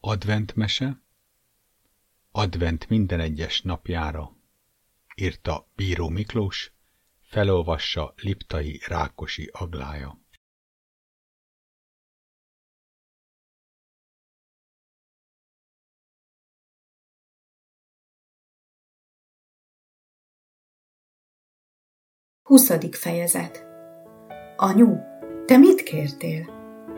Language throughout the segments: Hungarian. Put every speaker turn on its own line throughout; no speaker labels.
Adventmese, advent minden egyes napjára, írta Bíró Miklós, felolvassa Liptai Rákosi Aglája.
Huszadik fejezet. Anyu, te mit kértél?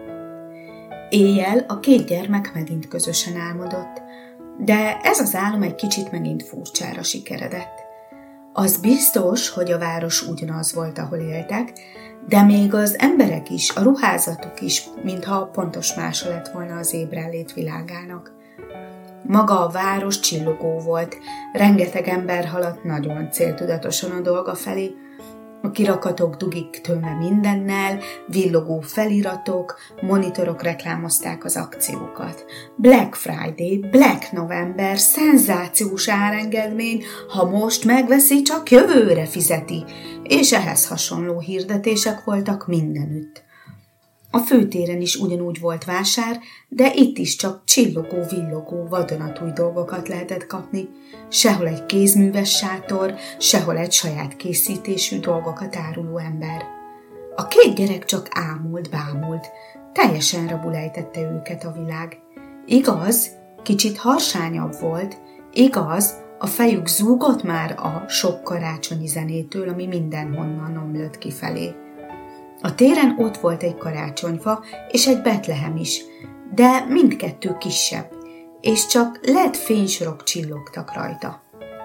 Éjjel a két gyermek megint közösen álmodott, de ez az álom egy kicsit megint furcsára sikeredett. Az biztos, hogy a város ugyanaz volt, ahol éltek, de még az emberek is, a ruházatuk is, mintha pontos mása lett volna az ébrenlét világának. Maga a város csillogó volt, rengeteg ember haladt nagyon céltudatosan a dolga felé, a kirakatok dugik tőle mindennel, villogó feliratok, monitorok reklámozták az akciókat. Black Friday, Black November, szenzációs árengedmény, ha most megveszi, csak jövőre fizeti, és ehhez hasonló hirdetések voltak mindenütt. A főtéren is ugyanúgy volt vásár, de itt is csak csillogó-villogó vadonatúj dolgokat lehetett kapni. Sehol egy kézműves sátor, sehol egy saját készítésű dolgokat áruló ember. A két gyerek csak bámult, teljesen rabul ejtette őket a világ. Igaz, kicsit harsányabb volt, igaz, a fejük zúgott már a sok karácsonyi zenétől, ami mindenhonnan omlott kifelé. A téren ott volt egy karácsonyfa és egy Betlehem is, de mindkettő kisebb, és csak LED fénysorok csillogtak rajta.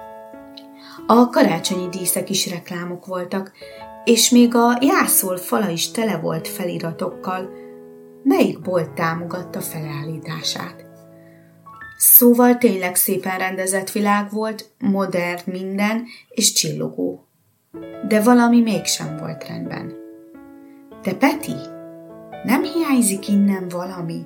A karácsonyi díszek is reklámok voltak, és még a jászol fala is tele volt feliratokkal, melyik bolt támogatta felállítását. Szóval tényleg szépen rendezett világ volt, modern minden és csillogó. De valami mégsem volt rendben. De Peti, nem hiányzik innen valami?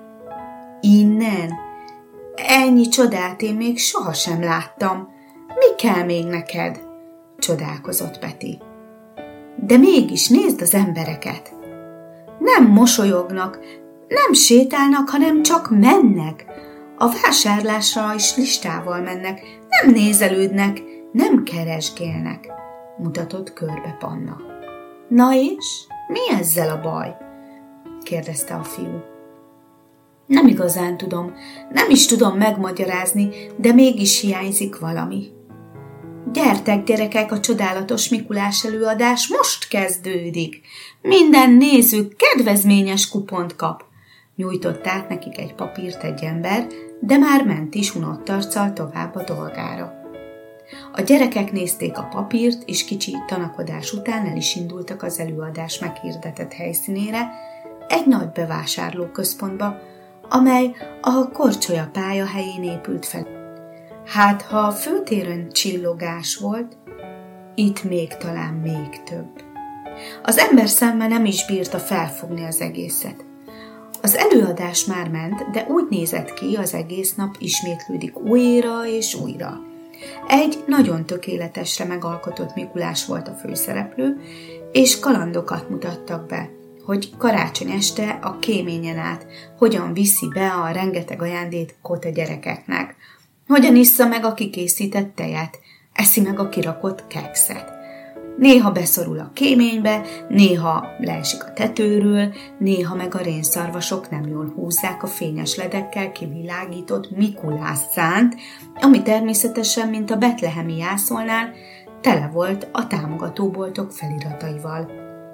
Innen? Ennyi csodát én még sohasem láttam. Mi kell még neked? Csodálkozott Peti. De mégis nézd az embereket. Nem mosolyognak, nem sétálnak, hanem csak mennek. A vásárlásra is listával mennek, nem nézelődnek, nem keresgélnek, mutatott körbe Panna. Na és? Mi ezzel a baj? Kérdezte a fiú. Nem igazán tudom, nem is tudom megmagyarázni, de mégis hiányzik valami. Gyertek, gyerekek, a csodálatos Mikulás előadás most kezdődik. Minden néző kedvezményes kupont kap. Nyújtott át nekik egy papírt egy ember, de már ment is unott arccal tovább a dolgára. A gyerekek nézték a papírt, és kicsi tanakodás után el is indultak az előadás meghirdetett helyszínére, egy nagy bevásárlóközpontba, amely a Korcsolya pálya helyén épült fel. Hát, ha a főtéren csillogás volt, itt talán még több. Az ember szeme nem is bírta felfogni az egészet. Az előadás már ment, de úgy nézett ki, az egész nap ismétlődik újra és újra. Egy nagyon tökéletesre megalkotott Mikulás volt a főszereplő, és kalandokat mutattak be, hogy karácsony este a kéményen át hogyan viszi be a rengeteg ajándékot a gyerekeknek, hogyan issza meg a kikészített tejet, eszi meg a kirakott kekszet. Néha beszorul a kéménybe, néha leesik a tetőről, néha meg a rénszarvasok nem jól húzzák a fényes ledekkel kivilágított Mikulás szánt, ami természetesen, mint a betlehemi jászolnál, tele volt a támogatóboltok felirataival.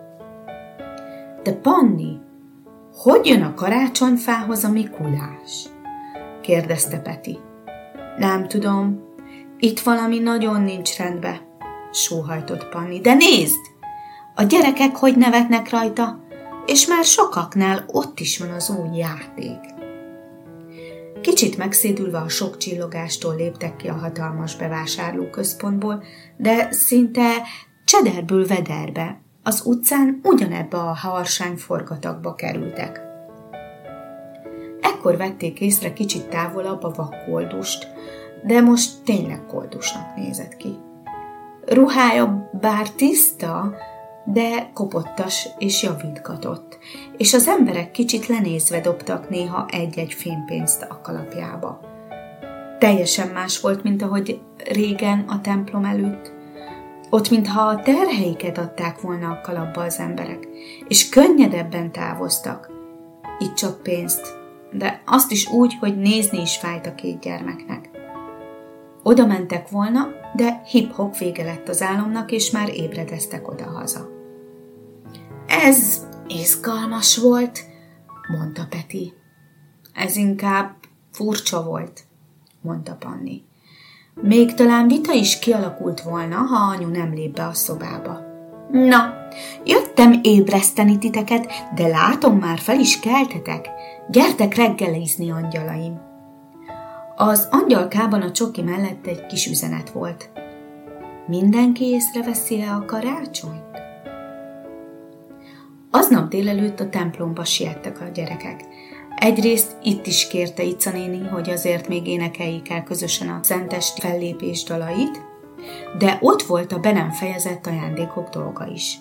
De Panni, hogy jön a karácsonyfához a Mikulás? Kérdezte Peti. Nem tudom, itt valami nagyon nincs rendben, sóhajtott Panni. De nézd! A gyerekek hogy nevetnek rajta, és már sokaknál ott is van az új játék. Kicsit megszédülve a sok csillogástól léptek ki a hatalmas bevásárlóközpontból, de szinte csederből vederbe, az utcán ugyanebbe a harsány forgatagba kerültek. Ekkor vették észre kicsit távolabb a vakkoldust, de most tényleg koldusnak nézett ki. Ruhája bár tiszta, de kopottas és javítgatott, és az emberek kicsit lenézve dobtak néha egy-egy fémpénzt a kalapjába. Teljesen más volt, mint ahogy régen a templom előtt. Ott, mintha a terheiket adták volna a kalapba az emberek, és könnyedebben távoztak. Itt csak pénzt, de azt is úgy, hogy nézni is fájt a két gyermeknek. Oda mentek volna, de hip-hop vége lett az álomnak, és már ébredeztek oda-haza. Ez izgalmas volt, mondta Peti. Ez inkább furcsa volt, mondta Panni. Még talán vita is kialakult volna, ha anyu nem lép be a szobába. Na, jöttem ébreszteni titeket, de látom, már fel is keltetek. Gyertek reggelizni, angyalaim. Az angyalkában a csoki mellett egy kis üzenet volt. Mindenki észreveszi-e a karácsonyt? Aznap délelőtt a templomba siettek a gyerekek. Egyrészt itt is kérte Ica néni, hogy azért még énekeljék el közösen a szentesti fellépés dalait, de ott volt a be nem fejezett ajándékok dolga is.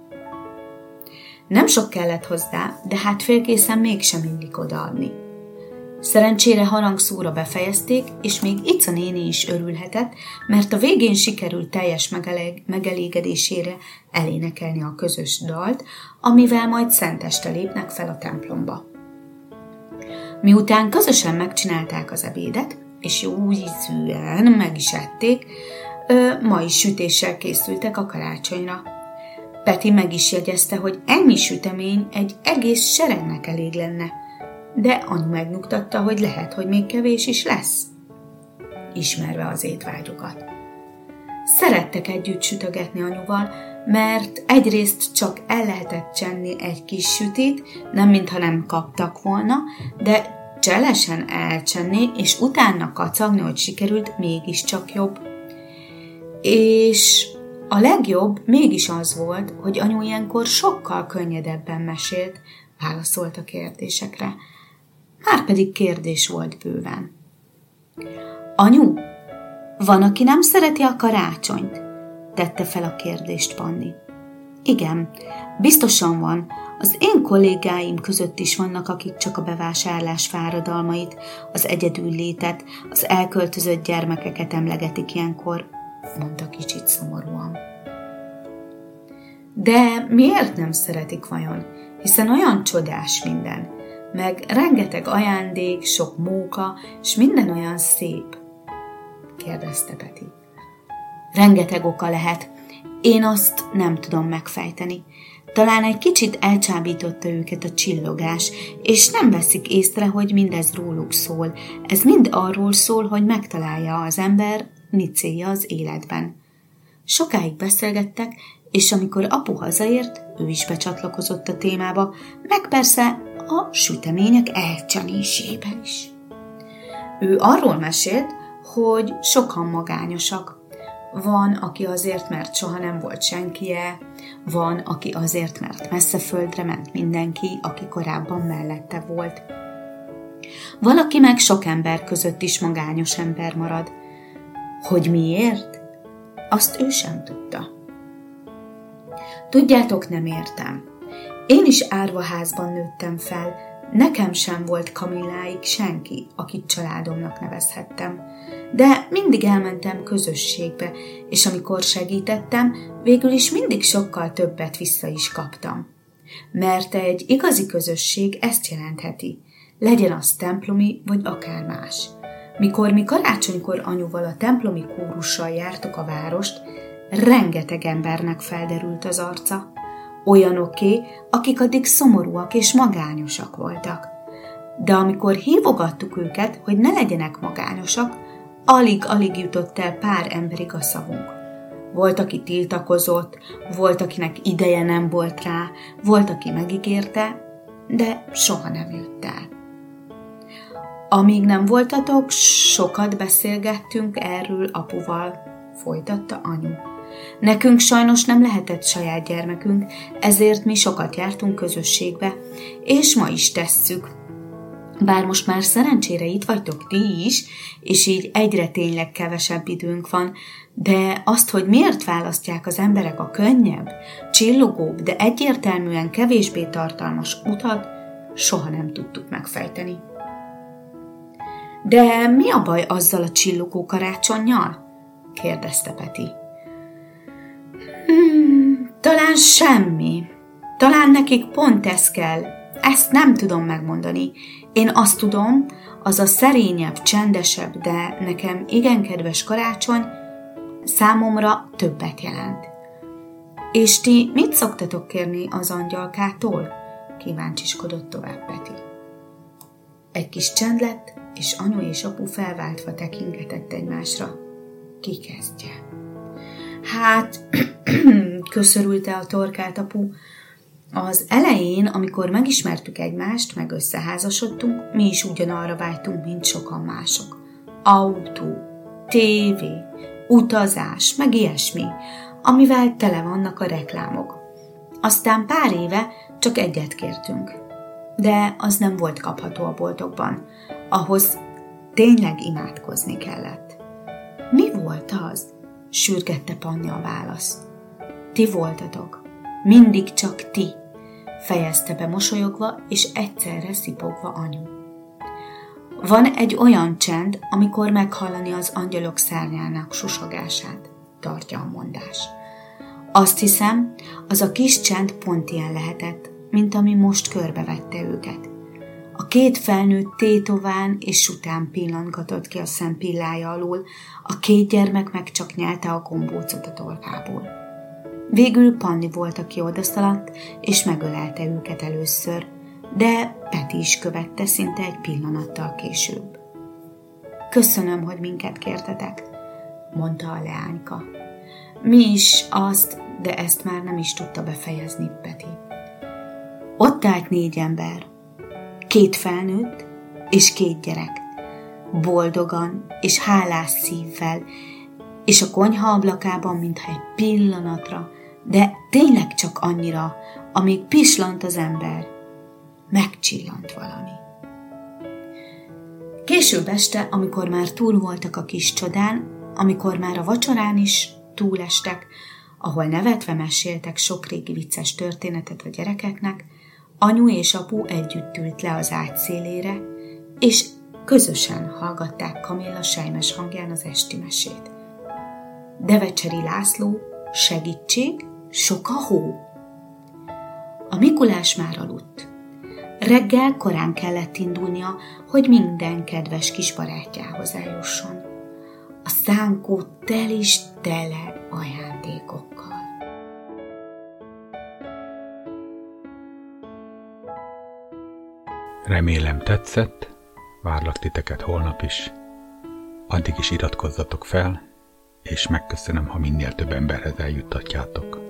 Nem sok kellett hozzá, de hát félkészen mégsem illik odaadni. Szerencsére harangszóra befejezték, és még Ica néni is örülhetett, mert a végén sikerült teljes megelégedésére elénekelni a közös dalt, amivel majd szenteste lépnek fel a templomba. Miután közösen megcsinálták az ebédet, és jó ízűen meg is ették, ma is sütéssel készültek a karácsonyra. Peti meg is jegyezte, hogy ennyi sütemény egy egész seregnek elég lenne, de anyu megnyugtatta, hogy lehet, hogy még kevés is lesz, ismerve az étvágyokat. Szerettek együtt sütögetni anyuval, mert egyrészt csak el lehetett csenni egy kis sütit, nem mintha nem kaptak volna, de cselesen elcsenni, és utána kacagni, hogy sikerült, mégiscsak jobb. És a legjobb mégis az volt, hogy anyu ilyenkor sokkal könnyedebben mesélt, válaszolt a kérdésekre. Márpedig kérdés volt bőven. Anyu, van, aki nem szereti a karácsonyt? Tette fel a kérdést Panni. Igen, biztosan van. Az én kollégáim között is vannak, akik csak a bevásárlás fáradalmait, az egyedül létet, az elköltözött gyermekeket emlegetik ilyenkor, mondta kicsit szomorúan. De miért nem szeretik vajon? Hiszen olyan csodás minden, meg rengeteg ajándék, sok móka, és minden olyan szép, kérdezte Peti. Rengeteg oka lehet. Én azt nem tudom megfejteni. Talán egy kicsit elcsábította őket a csillogás, és nem veszik észre, hogy mindez róluk szól. Ez mind arról szól, hogy megtalálja az ember, mi célja az életben. Sokáig beszélgettek, és amikor apu hazaért, ő is becsatlakozott a témába, meg persze a sütemények elcsenésébe is. Ő arról mesélt, hogy sokan magányosak. Van, aki azért, mert soha nem volt senkije, van, aki azért, mert messze földre ment mindenki, aki korábban mellette volt. Valaki meg sok ember között is magányos ember marad. Hogy miért? Azt ő sem tudta. Tudjátok, nem értem. Én is árvaházban nőttem fel, nekem sem volt Kamilláig senki, akit családomnak nevezhettem. De mindig elmentem közösségbe, és amikor segítettem, végül is mindig sokkal többet vissza is kaptam. Mert egy igazi közösség ezt jelentheti, legyen az templomi vagy akár más. Mikor mi karácsonykor anyuval a templomi kórussal jártuk a várost, rengeteg embernek felderült az arca, olyanoké, akik addig szomorúak és magányosak voltak. De amikor hívogattuk őket, hogy ne legyenek magányosak, alig-alig jutott el pár emberig a szavunk. Volt, aki tiltakozott, volt, akinek ideje nem volt rá, volt, aki megígérte, de soha nem jött el. Amíg nem voltatok, sokat beszélgettünk erről apuval, folytatta anyu. Nekünk sajnos nem lehetett saját gyermekünk, ezért mi sokat jártunk közösségbe, és ma is tesszük. Bár most már szerencsére itt vagytok ti is, és így egyre tényleg kevesebb időnk van, de azt, hogy miért választják az emberek a könnyebb, csillogóbb, de egyértelműen kevésbé tartalmas utat, soha nem tudtuk megfejteni. De mi a baj azzal a csillogó karácsonnyal? Kérdezte Peti. Talán semmi. Talán nekik pont ez kell. Ezt nem tudom megmondani. Én azt tudom, az a szerényebb, csendesebb, de nekem igen kedves karácsony számomra többet jelent. És ti mit szoktatok kérni az angyalkától? Kíváncsiskodott tovább Peti. Egy kis csend lett, és anyu és apu felváltva tekingetett egymásra. Ki kezdje? Hát, köszörülte a torkát apu, az elején, amikor megismertük egymást, meg összeházasodtunk, mi is ugyanarra vágytunk, mint sokan mások. Autó, tévé, utazás, meg ilyesmi, amivel tele vannak a reklámok. Aztán pár éve csak egyet kértünk, de az nem volt kapható a boltokban. Ahhoz tényleg imádkozni kellett. Mi volt az? Sürgette Panni a választ. Ti voltatok. Mindig csak ti, fejezte be mosolyogva és egyszerre szipogva anyu. Van egy olyan csend, amikor meghallani az angyalok szárnyának susogását, tartja a mondás. Azt hiszem, az a kis csend pont ilyen lehetett, mint ami most körbevette őket. A két felnőtt tétován és sután pillantgatott ki a szempillája alól, a két gyermek meg csak nyelte a gombócot a torkából. Végül Panni volt, aki odaszaladt, és megölelte őket először, de Peti is követte szinte egy pillanattal később. Köszönöm, hogy minket kértetek, mondta a leányka. Mi is azt, de ezt már nem is tudta befejezni Peti. Ott állt 4 ember, 2 felnőtt és 2 gyerek, boldogan és hálás szívvel, és a konyha ablakában, mintha egy pillanatra, de tényleg csak annyira, amíg pislant az ember, megcsillant valami. Később este, amikor már túl voltak a kis csodán, amikor már a vacsorán is túlestek, ahol nevetve meséltek sok régi vicces történetet a gyerekeknek, anyu és apu együtt ült le az ágy szélére, és közösen hallgatták Kamilla sejmes hangján az esti mesét. Devecseri László, segítség, sok a hó. A Mikulás már aludt. Reggel korán kellett indulnia, hogy minden kedves kis barátjához eljusson. A szánkó tel is tele ajándékokkal.
Remélem tetszett, várlak titeket holnap is. Addig is iratkozzatok fel, és megköszönöm, ha minél több emberhez eljuttatjátok.